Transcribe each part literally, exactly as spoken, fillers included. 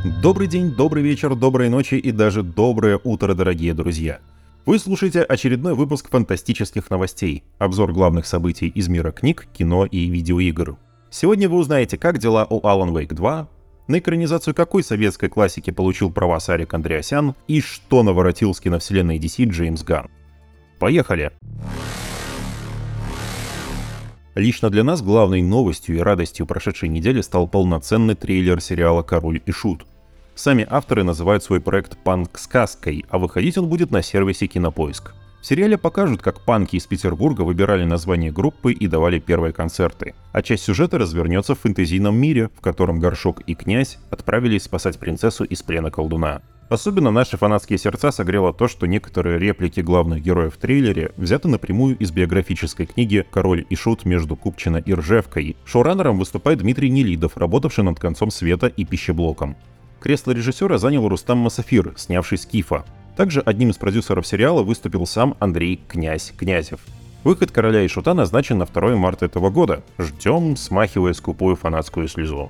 Добрый день, добрый вечер, доброй ночи и даже доброе утро, дорогие друзья! Вы слушаете очередной выпуск фантастических новостей, обзор главных событий из мира книг, кино и видеоигр. Сегодня вы узнаете, как дела у Alan Wake два, на экранизацию какой советской классики получил права Сарик Андреасян и что наворотил с киновселенной ди си Джеймс Ганн. Поехали! Лично для нас главной новостью и радостью прошедшей недели стал полноценный трейлер сериала «Король и Шут». Сами авторы называют свой проект «Панк-сказкой», а выходить он будет на сервисе Кинопоиск. В сериале покажут, как панки из Петербурга выбирали название группы и давали первые концерты. А часть сюжета развернется в фэнтезийном мире, в котором Горшок и Князь отправились спасать принцессу из плена колдуна. Особенно наши фанатские сердца согрело то, что некоторые реплики главных героев в трейлере взяты напрямую из биографической книги «Король и Шут» между Купчино и Ржевкой. Шоураннером выступает Дмитрий Нелидов, работавший над «Концом света» и «Пищеблоком». Кресло режиссера занял Рустам Масафир, снявший «Скифа». Также одним из продюсеров сериала выступил сам Андрей «Князь» Князев. Выход «Короля и Шута» назначен на второе марта этого года. Ждем, смахивая скупую фанатскую слезу.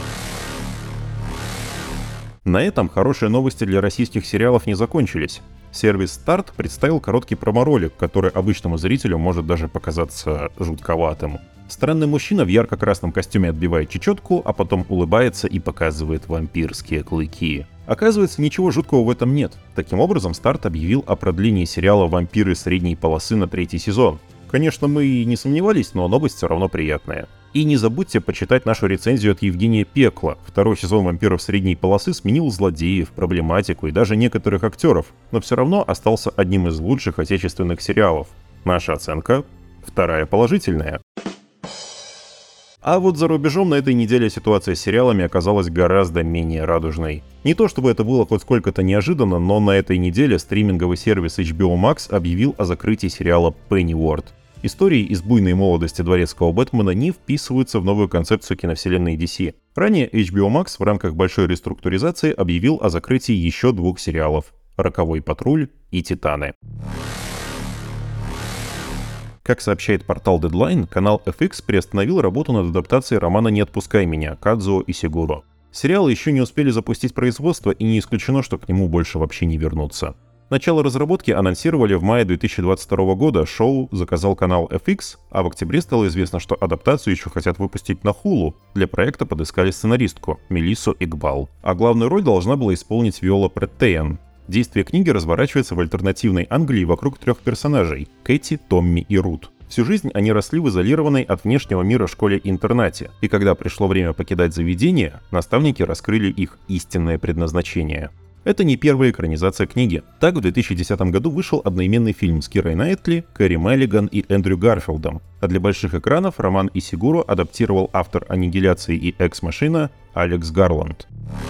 На этом хорошие новости для российских сериалов не закончились. Сервис Старт представил короткий промо-ролик, который обычному зрителю может даже показаться жутковатым. Странный мужчина в ярко-красном костюме отбивает чечетку, а потом улыбается и показывает вампирские клыки. Оказывается, ничего жуткого в этом нет. Таким образом, Старт объявил о продлении сериала «Вампиры средней полосы» на третий сезон. Конечно, мы и не сомневались, но новость все равно приятная. И не забудьте почитать нашу рецензию от Евгения Пекла. Второй сезон «Вампиров средней полосы» сменил злодеев, проблематику и даже некоторых актеров, но все равно остался одним из лучших отечественных сериалов. Наша оценка – вторая положительная. А вот за рубежом на этой неделе ситуация с сериалами оказалась гораздо менее радужной. Не то чтобы это было хоть сколько-то неожиданно, но на эйч би о стриминговый сервис эйч би о Max объявил о закрытии сериала «Пенниуорт». Истории из буйной молодости дворецкого Бэтмена не вписываются в новую концепцию киновселенной ди си. Ранее эйч би о Max в рамках большой реструктуризации объявил о закрытии еще двух сериалов «Роковой патруль» и «Титаны». Как сообщает портал Deadline, канал эф икс приостановил работу над адаптацией романа «Не отпускай меня» Кадзуо Исигуро. Сериалы еще не успели запустить производство, и не исключено, что к нему больше вообще не вернутся. Начало разработки анонсировали в мае две тысячи двадцать второго года, шоу заказал канал эф икс, а в октябре стало известно, что адаптацию еще хотят выпустить на Hulu. Для проекта подыскали сценаристку Мелиссу Игбал, а главную роль должна была исполнить Виола Преттеян. Действие книги разворачивается в альтернативной Англии вокруг трех персонажей – Кэти, Томми и Рут. Всю жизнь они росли в изолированной от внешнего мира школе-интернате, и когда пришло время покидать заведение, наставники раскрыли их истинное предназначение. Это не первая экранизация книги. Так, в две тысячи десятом году вышел одноименный фильм с Кирой Найтли, Кэрри Миллиган и Эндрю Гарфилдом. А для больших экранов роман Исигуро адаптировал автор «Аннигиляции» и «Экс-машина» Алекс Гарланд.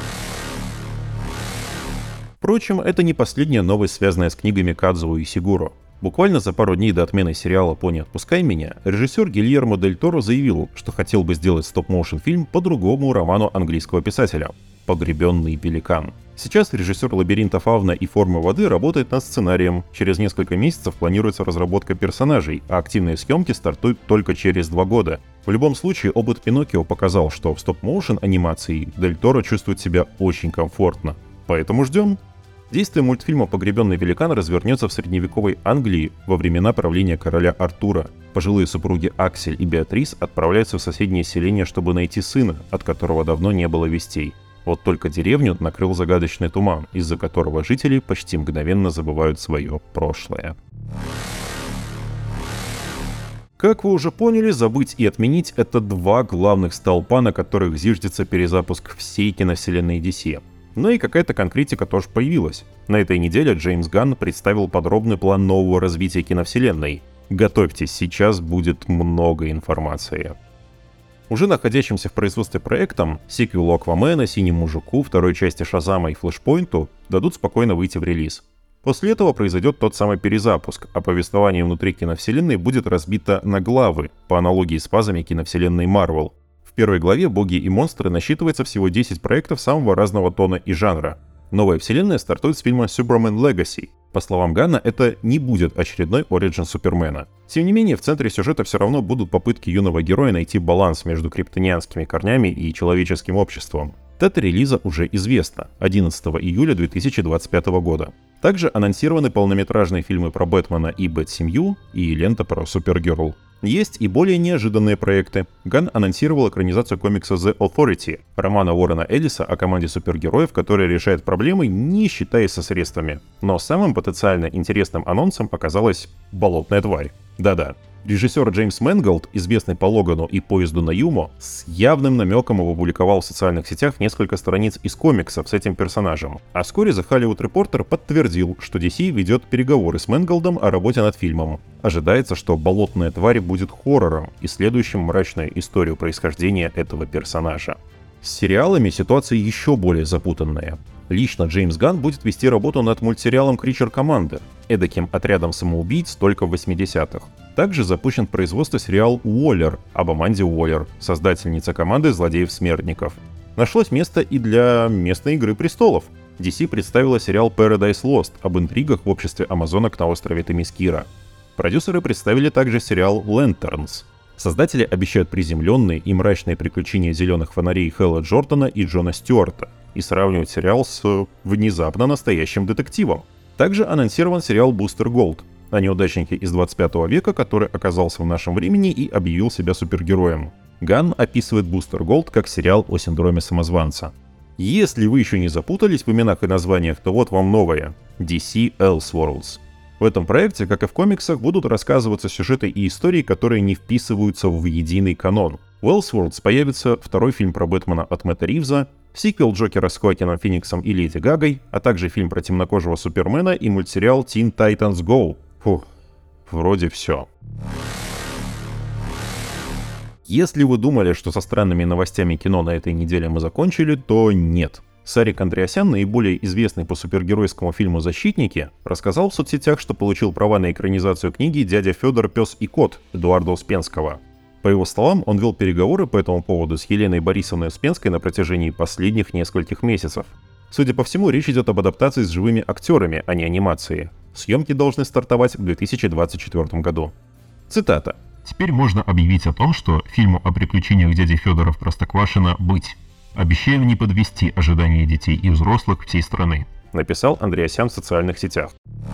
Впрочем, это не последняя новость, связанная с книгами Кадзуо Исигуро. Буквально за пару дней до отмены сериала «Пони, отпускай меня» режиссер Гильермо Дель Торо заявил, что хотел бы сделать стоп-моушен фильм по другому роману английского писателя «Погребенный пеликан». Сейчас режиссер «Лабиринта фауна» и «Формы воды» работает над сценарием. Через несколько месяцев планируется разработка персонажей, а активные съемки стартуют только через два года. В любом случае, опыт Пиноккио показал, что в стоп-моушен анимации Дель Торо чувствует себя очень комфортно. Поэтому ждем. Действие мультфильма «Погребенный великан» развернется в средневековой Англии во времена правления короля Артура. Пожилые супруги Аксель и Беатрис отправляются в соседнее селение, чтобы найти сына, от которого давно не было вестей. Вот только деревню накрыл загадочный туман, из-за которого жители почти мгновенно забывают свое прошлое. Как вы уже поняли, забыть и отменить — это два главных столпа, на которых зиждется перезапуск всей киновселенной ди си. Но и какая-то конкретика тоже появилась. На этой неделе Джеймс Ганн представил подробный план нового развития киновселенной. Готовьтесь, сейчас будет много информации. Уже находящимся в производстве проектам сиквелу Аквамена, Синему Жуку, второй части Шазама и Флэшпойнту дадут спокойно выйти в релиз. После этого произойдет тот самый перезапуск, а повествование внутри киновселенной будет разбито на главы, по аналогии с фазами киновселенной Marvel. В первой главе «Боги и монстры» насчитывается всего десять проектов самого разного тона и жанра. Новая вселенная стартует с фильма Superman Legacy. По словам Ганна, это не будет очередной оригин Супермена. Тем не менее, в центре сюжета все равно будут попытки юного героя найти баланс между криптонианскими корнями и человеческим обществом. Дата релиза уже известна – одиннадцатого июля две тысячи двадцать пятого года. Также анонсированы полнометражные фильмы про Бэтмена и Бэт-семью и лента про Супергерл. Есть и более неожиданные проекты. Ганн анонсировал экранизацию комикса The Authority, романа Уоррена Эллиса о команде супергероев, которая решает проблемы, не считаясь со средствами. Но самым потенциально интересным анонсом оказалась «Болотная тварь». Да-да. Режиссер Джеймс Мэнголд, известный по Логану и Поезду на Юму, с явным намеком опубликовал в социальных сетях несколько страниц из комиксов с этим персонажем. А вскоре The Hollywood Reporter подтвердил, что ди си ведет переговоры с Мэнголдом о работе над фильмом. Ожидается, что «Болотная тварь» будет хоррором, исследующим мрачную историю происхождения этого персонажа. С сериалами ситуация еще более запутанная. Лично Джеймс Ганн будет вести работу над мультсериалом «Кричер Коммандер», эдаким отрядом самоубийц только в восьмидесятых. Также запущен в производство сериал «Уоллер» об Аманде Уоллер, создательнице команды злодеев-смертников. Нашлось место и для местной «Игры престолов». ди си представила сериал Paradise Lost об интригах в обществе амазонок на острове Темискира. Продюсеры представили также сериал «Lanterns». Создатели обещают приземленные и мрачные приключения зеленых фонарей Хэлла Джордана и Джона Стюарта и сравнивают сериал с внезапно настоящим детективом. Также анонсирован сериал «Бустер Голд» о неудачнике из двадцать пятого века, который оказался в нашем времени и объявил себя супергероем. Ганн описывает «Бустер Голд» как сериал о синдроме самозванца. Если вы еще не запутались в именах и названиях, то вот вам новое – ди си Elseworlds. В этом проекте, как и в комиксах, будут рассказываться сюжеты и истории, которые не вписываются в единый канон. В Elseworlds появится второй фильм про Бэтмена от Мэтта Ривза, сиквел Джокера с Хоакином Фениксом и Леди Гагой, а также фильм про темнокожего Супермена и мультсериал Teen Titans Go. Фух, вроде все. Если вы думали, что со странными новостями кино на этой неделе мы закончили, то нет. Сарик Андреасян, наиболее известный по супергеройскому фильму «Защитники», рассказал в соцсетях, что получил права на экранизацию книги «Дядя Федор. Пес и кот» Эдуарда Успенского. По его словам, он вел переговоры по этому поводу с Еленой Борисовной Успенской на протяжении последних нескольких месяцев. Судя по всему, речь идет об адаптации с живыми актерами, а не анимации. Съемки должны стартовать в две тысячи двадцать четвёртом году. Цитата. «Теперь можно объявить о том, что фильму о приключениях дяди Федора в Простоквашино быть. Обещаем не подвести ожидания детей и взрослых всей страны», написал Андреасян в социальных сетях.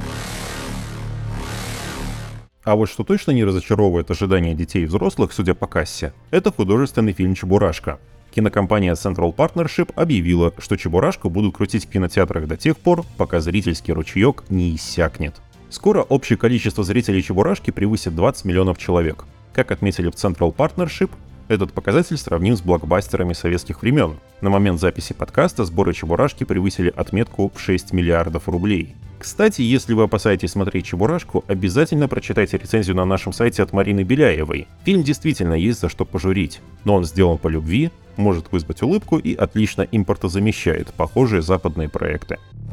А вот что точно не разочаровывает ожидания детей и взрослых, судя по кассе, это художественный фильм «Чебурашка». Кинокомпания Central Partnership объявила, что «Чебурашку» будут крутить в кинотеатрах до тех пор, пока зрительский ручеек не иссякнет. Скоро общее количество зрителей «Чебурашки» превысит двадцать миллионов человек. Как отметили в Central Partnership, этот показатель сравним с блокбастерами советских времен. На момент записи подкаста сборы «Чебурашки» превысили отметку в шесть миллиардов рублей. Кстати, если вы опасаетесь смотреть «Чебурашку», обязательно прочитайте рецензию на нашем сайте от Марины Беляевой. Фильм действительно есть за что пожурить, но он сделан по любви, может вызвать улыбку и отлично импортозамещает похожие западные проекты.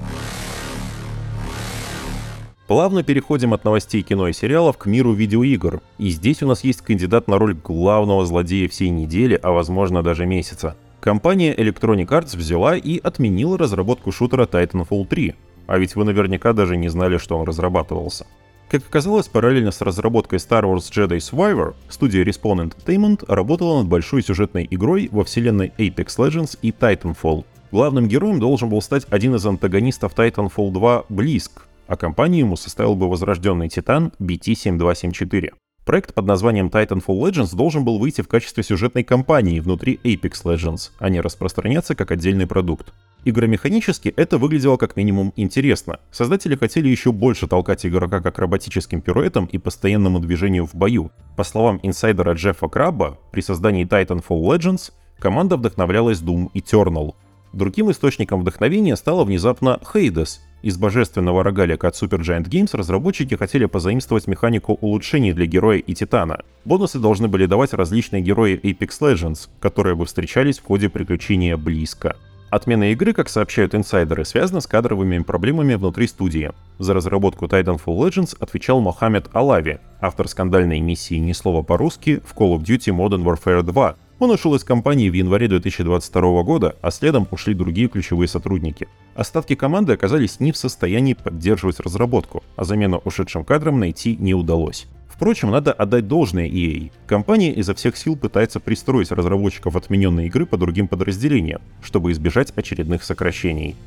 Плавно переходим от новостей кино и сериалов к миру видеоигр. И здесь у нас есть кандидат на роль главного злодея всей недели, а возможно даже месяца. Компания Electronic Arts взяла и отменила разработку шутера Titanfall три. А ведь вы наверняка даже не знали, что он разрабатывался. Как оказалось, параллельно с разработкой Star Wars Jedi Survivor, студия Respawn Entertainment работала над большой сюжетной игрой во вселенной Apex Legends и Titanfall. Главным героем должен был стать один из антагонистов Titanfall два Блиск, а компанию ему составил бы возрожденный титан би ти семь два семь четыре. Проект под названием Titanfall Legends должен был выйти в качестве сюжетной кампании внутри Apex Legends, а не распространяться как отдельный продукт. Игромеханически это выглядело как минимум интересно. Создатели хотели еще больше толкать игрока к акробатическим пируэтам и постоянному движению в бою. По словам инсайдера Джеффа Крабба, при создании Titanfall Legends команда вдохновлялась Doom Eternal. Другим источником вдохновения стало внезапно Hades. Из божественного рогалика от Supergiant Games разработчики хотели позаимствовать механику улучшений для героя и титана. Бонусы должны были давать различные герои Apex Legends, которые бы встречались в ходе приключения Близко. Отмена игры, как сообщают инсайдеры, связана с кадровыми проблемами внутри студии. За разработку Titanfall Legends отвечал Мохаммед Алави, автор скандальной миссии «Ни слова по-русски» в Call of Duty Modern Warfare два. Он ушел из компании в январе две тысячи двадцать второго года, а следом ушли другие ключевые сотрудники. Остатки команды оказались не в состоянии поддерживать разработку, а замену ушедшим кадрам найти не удалось. Впрочем, надо отдать должное и эй. Компания изо всех сил пытается пристроить разработчиков отмененной игры по другим подразделениям, чтобы избежать очередных сокращений.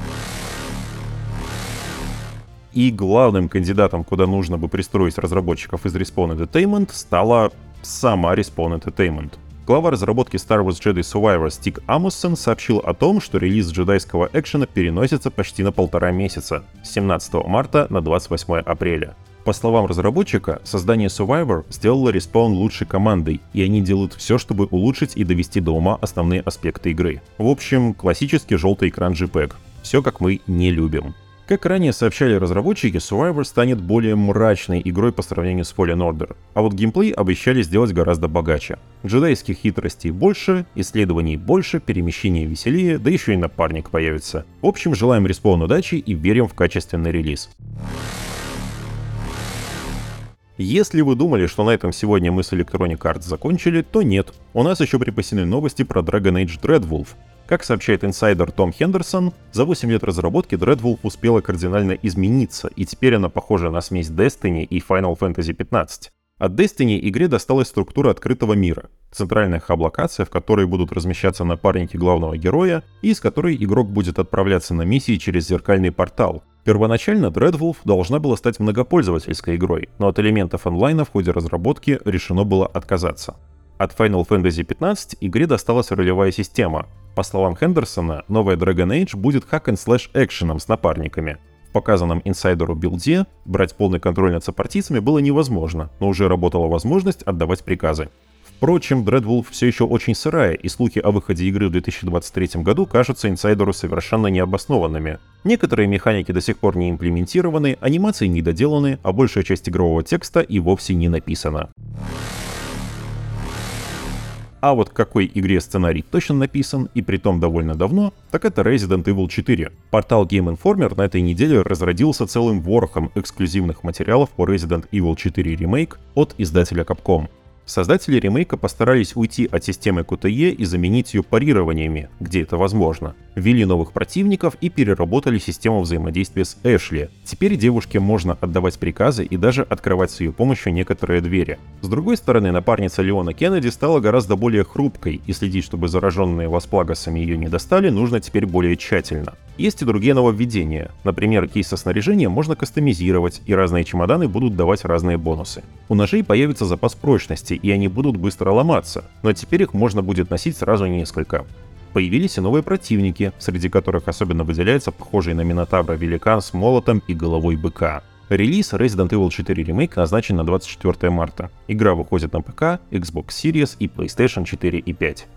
И главным кандидатом, куда нужно бы пристроить разработчиков из Respawn Entertainment, стала сама Respawn Entertainment. Глава разработки Star Wars Jedi Survivor Стик Амуссен сообщил о том, что релиз джедайского экшена переносится почти на полтора месяца, с семнадцатого марта на двадцать восьмое апреля. По словам разработчика, создание Survivor сделало Respawn лучшей командой, и они делают все, чтобы улучшить и довести до ума основные аспекты игры. В общем, классический желтый экран джей пег. Все как мы не любим. Как ранее сообщали разработчики, Survivor станет более мрачной игрой по сравнению с Fallen Order, а вот геймплей обещали сделать гораздо богаче. Джедайских хитростей больше, исследований больше, перемещений веселее, да еще и напарник появится. В общем, желаем Respawn удачи и верим в качественный релиз. Если вы думали, что на этом сегодня мы с Electronic Arts закончили, то нет. У нас еще припасены новости про Dragon Age Dreadwolf. Как сообщает инсайдер Том Хендерсон, за восемь лет разработки Dreadwolf успела кардинально измениться, и теперь она похожа на смесь Destiny и Final Fantasy пятнадцать. От Destiny игре досталась структура открытого мира, центральная хаб-локация, в которой будут размещаться напарники главного героя, и из которой игрок будет отправляться на миссии через зеркальный портал. Первоначально Dreadwolf должна была стать многопользовательской игрой, но от элементов онлайна в ходе разработки решено было отказаться. От Final Fantasy пятнадцать игре досталась ролевая система. По словам Хендерсона, новая Dragon Age будет hack-and-slash экшеном с напарниками. В показанном инсайдеру билде брать полный контроль над сопартийцами было невозможно, но уже работала возможность отдавать приказы. Впрочем, Dreadwolf все еще очень сырая, и слухи о выходе игры в две тысячи двадцать третьем году кажутся инсайдеру совершенно необоснованными. Некоторые механики до сих пор не имплементированы, анимации недоделаны, а большая часть игрового текста и вовсе не написана. А вот к какой игре сценарий точно написан, и притом довольно давно, так это Resident Evil четыре. Портал Game Informer на этой неделе разродился целым ворохом эксклюзивных материалов по Resident Evil четыре Remake от издателя Capcom. Создатели ремейка постарались уйти от системы кью ти и и заменить ее парированиями, где это возможно. Ввели новых противников и переработали систему взаимодействия с Эшли. Теперь девушке можно отдавать приказы и даже открывать с ее помощью некоторые двери. С другой стороны, напарница Леона Кеннеди стала гораздо более хрупкой, и следить, чтобы зараженные восплагосами ее не достали, нужно теперь более тщательно. Есть и другие нововведения. Например, кейс со снаряжением можно кастомизировать, и разные чемоданы будут давать разные бонусы. У ножей появится запас прочности, и они будут быстро ломаться, но теперь их можно будет носить сразу несколько. Появились и новые противники, среди которых особенно выделяется похожий на Минотавра великан с молотом и головой быка. Релиз Resident Evil четыре Remake назначен на двадцать четвёртое марта. Игра выходит на ПК, Xbox Series и PlayStation четыре и пять.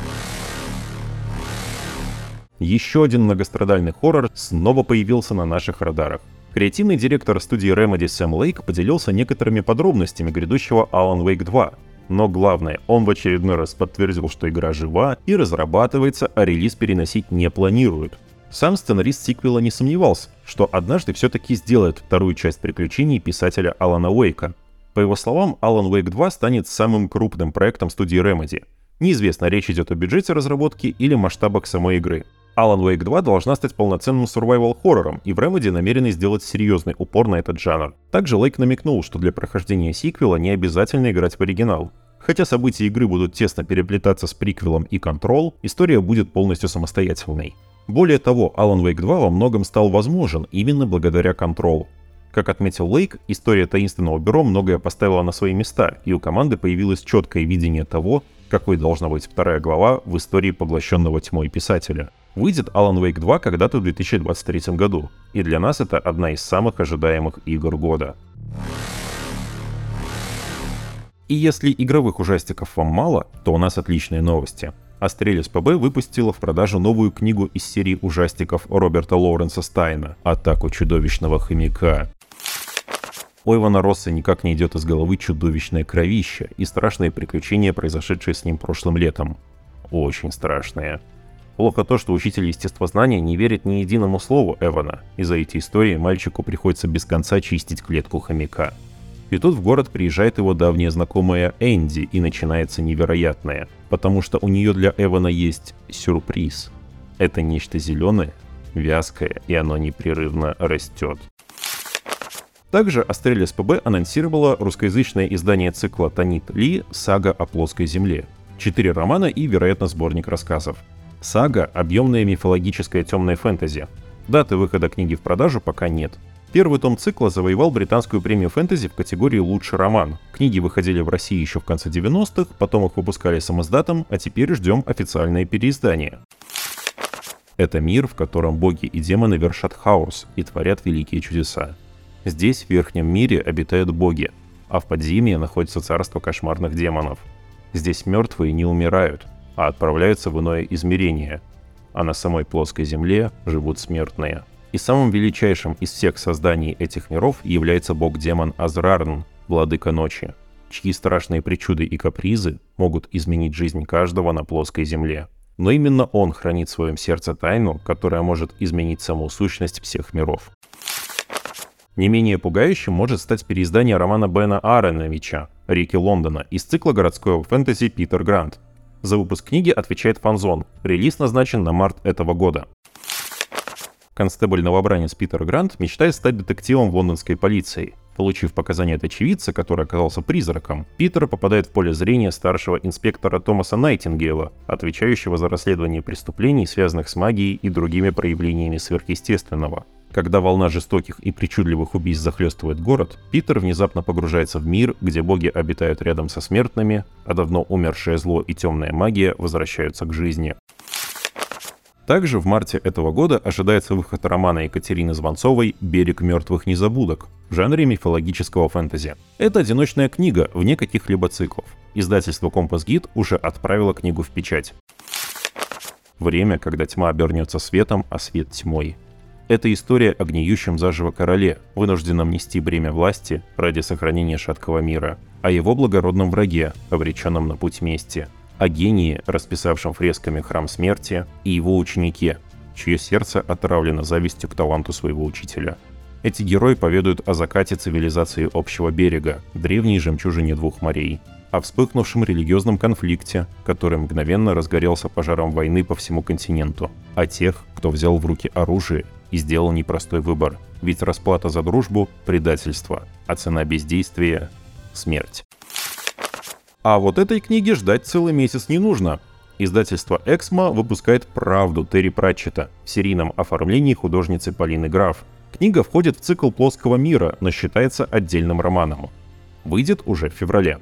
Еще один многострадальный хоррор снова появился на наших радарах. Креативный директор студии Remedy Сэм Лейк поделился некоторыми подробностями грядущего Alan Wake два. Но главное, он в очередной раз подтвердил, что игра жива и разрабатывается, а релиз переносить не планируют. Сам сценарист сиквела не сомневался, что однажды все-таки сделает вторую часть приключений писателя Алана Уэйка. По его словам, Alan Wake два станет самым крупным проектом студии Remedy. Неизвестно, речь идет о бюджете разработки или масштабах самой игры. Alan Wake два должна стать полноценным survival-хоррором, и в Remedy намерены сделать серьезный упор на этот жанр. Также Лейк намекнул, что для прохождения сиквела не обязательно играть в оригинал. Хотя события игры будут тесно переплетаться с приквелом и Control, история будет полностью самостоятельной. Более того, Alan Wake два во многом стал возможен именно благодаря Control. Как отметил Лейк, история таинственного бюро многое поставила на свои места, и у команды появилось четкое видение того, какой должна быть вторая глава в истории поглощенного тьмой писателя. Выйдет Alan Wake два когда-то в две тысячи двадцать третьем году, и для нас это одна из самых ожидаемых игр года. И если игровых ужастиков вам мало, то у нас отличные новости. Astralis пи би выпустила в продажу новую книгу из серии ужастиков Роберта Лоуренса Стайна «Атаку чудовищного хомяка». У Эвана Росса никак не идет из головы чудовищное кровище и страшные приключения, произошедшие с ним прошлым летом. Очень страшные. Плохо то, что учитель естествознания не верит ни единому слову Эвана, и за эти истории мальчику приходится без конца чистить клетку хомяка. И тут в город приезжает его давняя знакомая Энди, и начинается невероятное, потому что у нее для Эвана есть сюрприз. Это нечто зеленое, вязкое, и оно непрерывно растет. Также Астрель СПБ анонсировала русскоязычное издание цикла Танит Ли «Сага о плоской земле». Четыре романа и, вероятно, сборник рассказов. Сага – объемная мифологическая темная фэнтези. Даты выхода книги в продажу пока нет. Первый том цикла завоевал британскую премию фэнтези в категории «Лучший роман». Книги выходили в России еще в конце девяностых, потом их выпускали самоздатом, а теперь ждем официальное переиздание. Это мир, в котором боги и демоны вершат хаос и творят великие чудеса. Здесь, в верхнем мире, обитают боги, а в подземье находится царство кошмарных демонов. Здесь мертвые не умирают, а отправляются в иное измерение, а на самой плоской земле живут смертные. И самым величайшим из всех созданий этих миров является бог-демон Азрарн, владыка ночи, чьи страшные причуды и капризы могут изменить жизнь каждого на плоской земле. Но именно он хранит в своем сердце тайну, которая может изменить саму сущность всех миров. Не менее пугающим может стать переиздание романа Бена Аароновича «Реки Лондона» из цикла городского фэнтези «Питер Грант». За выпуск книги отвечает Фанзон. Релиз назначен на март этого года. Констебль-новобранец Питер Грант мечтает стать детективом в лондонской полиции. Получив показания от очевидца, который оказался призраком, Питер попадает в поле зрения старшего инспектора Томаса Найтингейла, отвечающего за расследование преступлений, связанных с магией и другими проявлениями сверхъестественного. Когда волна жестоких и причудливых убийств захлестывает город, Питер внезапно погружается в мир, где боги обитают рядом со смертными, а давно умершее зло и темная магия возвращаются к жизни. Также в марте этого года ожидается выход романа Екатерины Звонцовой «Берег мертвых незабудок» в жанре мифологического фэнтези. Это одиночная книга, вне каких-либо циклов. Издательство Компас Гид уже отправило книгу в печать. Время, когда тьма обернется светом, а свет тьмой. Это история о гниющем заживо короле, вынужденном нести бремя власти ради сохранения шаткого мира, о его благородном враге, обреченном на путь мести, о гении, расписавшем фресками храм смерти, и его ученике, чье сердце отравлено завистью к таланту своего учителя. Эти герои поведают о закате цивилизации общего берега, древней жемчужине двух морей, о вспыхнувшем религиозном конфликте, который мгновенно разгорелся пожаром войны по всему континенту, о тех, кто взял в руки оружие и сделал непростой выбор, ведь расплата за дружбу – предательство, а цена бездействия – смерть. А вот этой книги ждать целый месяц не нужно. Издательство «Эксмо» выпускает «Правду» Терри Пратчетта в серийном оформлении художницы Полины Граф. Книга входит в цикл «Плоского мира», но считается отдельным романом. Выйдет уже в феврале.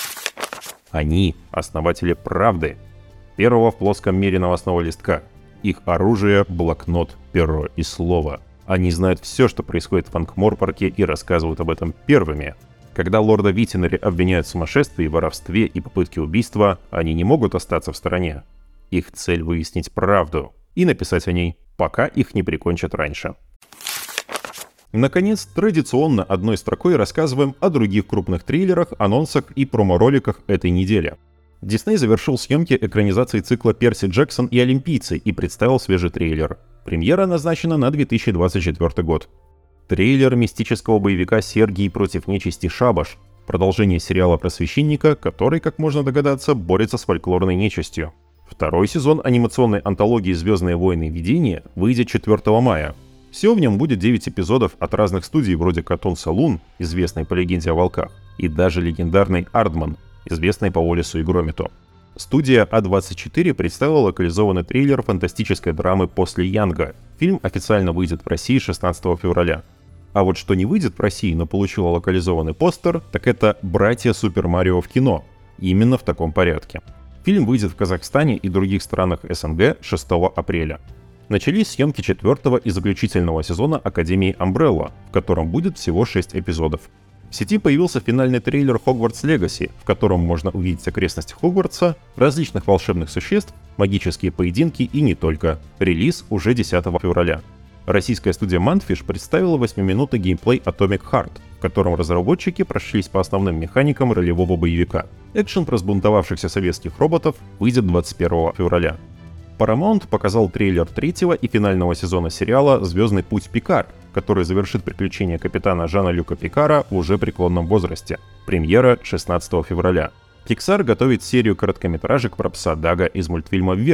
Они – основатели «Правды», первого в плоском мире новостного листка. Их оружие – блокнот, перо и слово. Они знают все, что происходит в Анкморпорке, и рассказывают об этом первыми. Когда лорда Виттенери обвиняют в сумасшествии, воровстве и попытке убийства, они не могут остаться в стороне. Их цель — выяснить правду и написать о ней, пока их не прикончат раньше. Наконец, традиционно одной строкой рассказываем о других крупных триллерах, анонсах и промо-роликах этой недели. Дисней завершил съемки экранизации цикла «Перси Джексон и Олимпийцы» и представил свежий трейлер. Премьера назначена на две тысячи двадцать четвёртый год. Трейлер мистического боевика «Сергий против нечисти Шабаш», продолжение сериала про священника, который, как можно догадаться, борется с фольклорной нечистью. Второй сезон анимационной антологии «Звездные войны. Видение» выйдет четвёртого мая. Всего в нем будет девять эпизодов от разных студий вроде Cartoon Saloon, известной по легенде о волках, и даже легендарной Ардман, известной по Уоллесу и Громиту. Студия а двадцать четыре представила локализованный трейлер фантастической драмы «После Янга». Фильм официально выйдет в России шестнадцатого февраля. А вот что не выйдет в России, но получило локализованный постер, так это «Братья Супер Марио в кино». Именно в таком порядке. Фильм выйдет в Казахстане и других странах эс эн гэ шестого апреля. Начались съемки четвертого и заключительного сезона Академии Umbrella, в котором будет всего шесть эпизодов. В сети появился финальный трейлер Hogwarts Legacy, в котором можно увидеть окрестности Хогвартса, различных волшебных существ, магические поединки и не только. Релиз уже десятого февраля. Российская студия Mantfish представила восьмиминутный геймплей Atomic Heart, в котором разработчики прошлись по основным механикам ролевого боевика. Экшен про взбунтовавшихся советских роботов выйдет двадцать первого февраля. Paramount показал трейлер третьего и финального сезона сериала «Звездный путь Пикар», который завершит приключения капитана Жана-Люка Пикара в уже преклонном возрасте. Премьера шестнадцатого февраля. Pixar готовит серию короткометражек про пса Дага из мультфильма «Вверх»,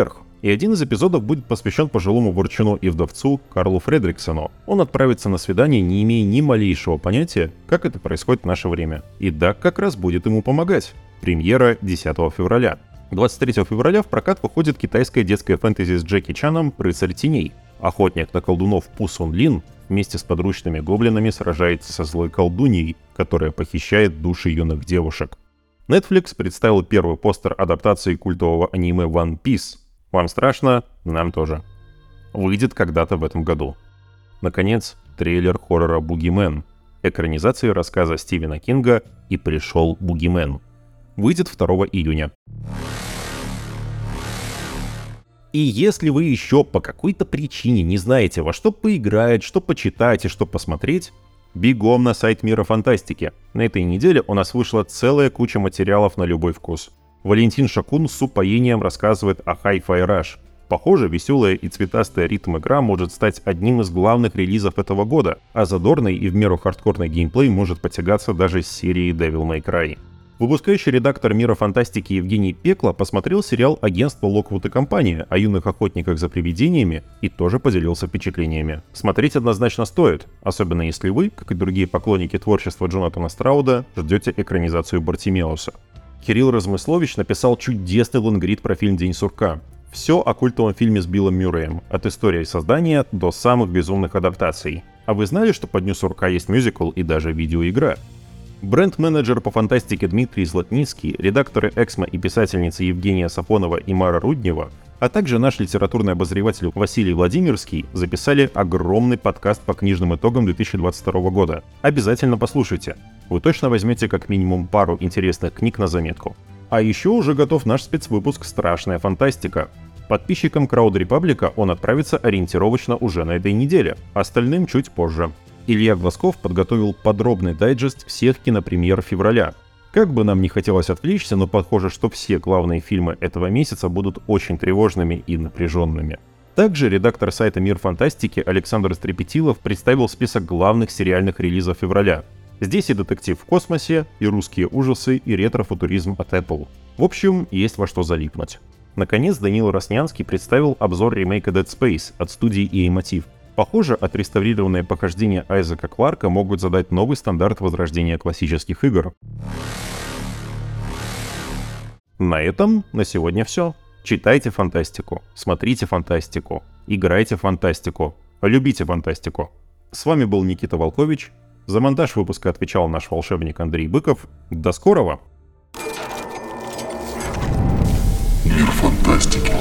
И один из эпизодов будет посвящен пожилому ворчуну и вдовцу Карлу Фредриксону. Он отправится на свидание, не имея ни малейшего понятия, как это происходит в наше время. И Даг как раз будет ему помогать. Премьера десятого февраля. двадцать третьего февраля в прокат выходит китайская детская фэнтези с Джеки Чаном «Рыцарь теней». Охотник на колдунов Пу Сун Лин вместе с подручными гоблинами сражается со злой колдуньей, которая похищает души юных девушек. Netflix представил первый постер адаптации культового аниме One Piece. Вам страшно? Нам тоже. Выйдет когда-то в этом году. Наконец, трейлер хоррора «Бугимен», экранизации рассказа Стивена Кинга «И пришел Бугимен». Выйдет второго июня. И если вы еще по какой-то причине не знаете, во что поиграть, что почитать и что посмотреть, бегом на сайт Мира Фантастики. На этой неделе у нас вышла целая куча материалов на любой вкус. Валентин Шакун с упоением рассказывает о Hi-Fi Rush. Похоже, веселая и цветастая ритм-игра может стать одним из главных релизов этого года, а задорный и в меру хардкорный геймплей может потягаться даже с серией Devil May Cry. Выпускающий редактор Мира Фантастики Евгений Пекло посмотрел сериал агентства Локвуд и компания о юных охотниках за привидениями и тоже поделился впечатлениями. Смотреть однозначно стоит, особенно если вы, как и другие поклонники творчества Джонатана Страуда, ждете экранизацию Бартимеуса. Кирилл Размыслович написал чудесный лонгрид про фильм «День сурка». Все о культовом фильме с Биллом Мюрреем, от истории создания до самых безумных адаптаций. А вы знали, что по Дню сурка есть мюзикл и даже видеоигра? Бренд-менеджер по фантастике Дмитрий Златницкий, редакторы «Эксмо» и писательницы Евгения Сафонова и Мара Руднева, а также наш литературный обозреватель Василий Владимирский записали огромный подкаст по книжным итогам две тысячи двадцать второго года. Обязательно послушайте. Вы точно возьмете как минимум пару интересных книг на заметку. А еще уже готов наш спецвыпуск «Страшная фантастика». Подписчикам Крауд Репаблика он отправится ориентировочно уже на этой неделе, остальным чуть позже. Илья Глазков подготовил подробный дайджест всех кинопремьер февраля. Как бы нам не хотелось отвлечься, но похоже, что все главные фильмы этого месяца будут очень тревожными и напряженными. Также редактор сайта Мир Фантастики Александр Стрепетилов представил список главных сериальных релизов февраля. Здесь и детектив в космосе, и русские ужасы, и ретро-футуризм от Apple. В общем, есть во что залипнуть. Наконец, Даниил Роснянский представил обзор ремейка Dead Space от студии и и Motive. Похоже, отреставрированные похождения Айзека Кларка могут задать новый стандарт возрождения классических игр. На этом на сегодня все. Читайте фантастику, смотрите фантастику, играйте в фантастику, любите фантастику. С вами был Никита Волкович. За монтаж выпуска отвечал наш волшебник Андрей Быков. До скорого! Мир фантастики.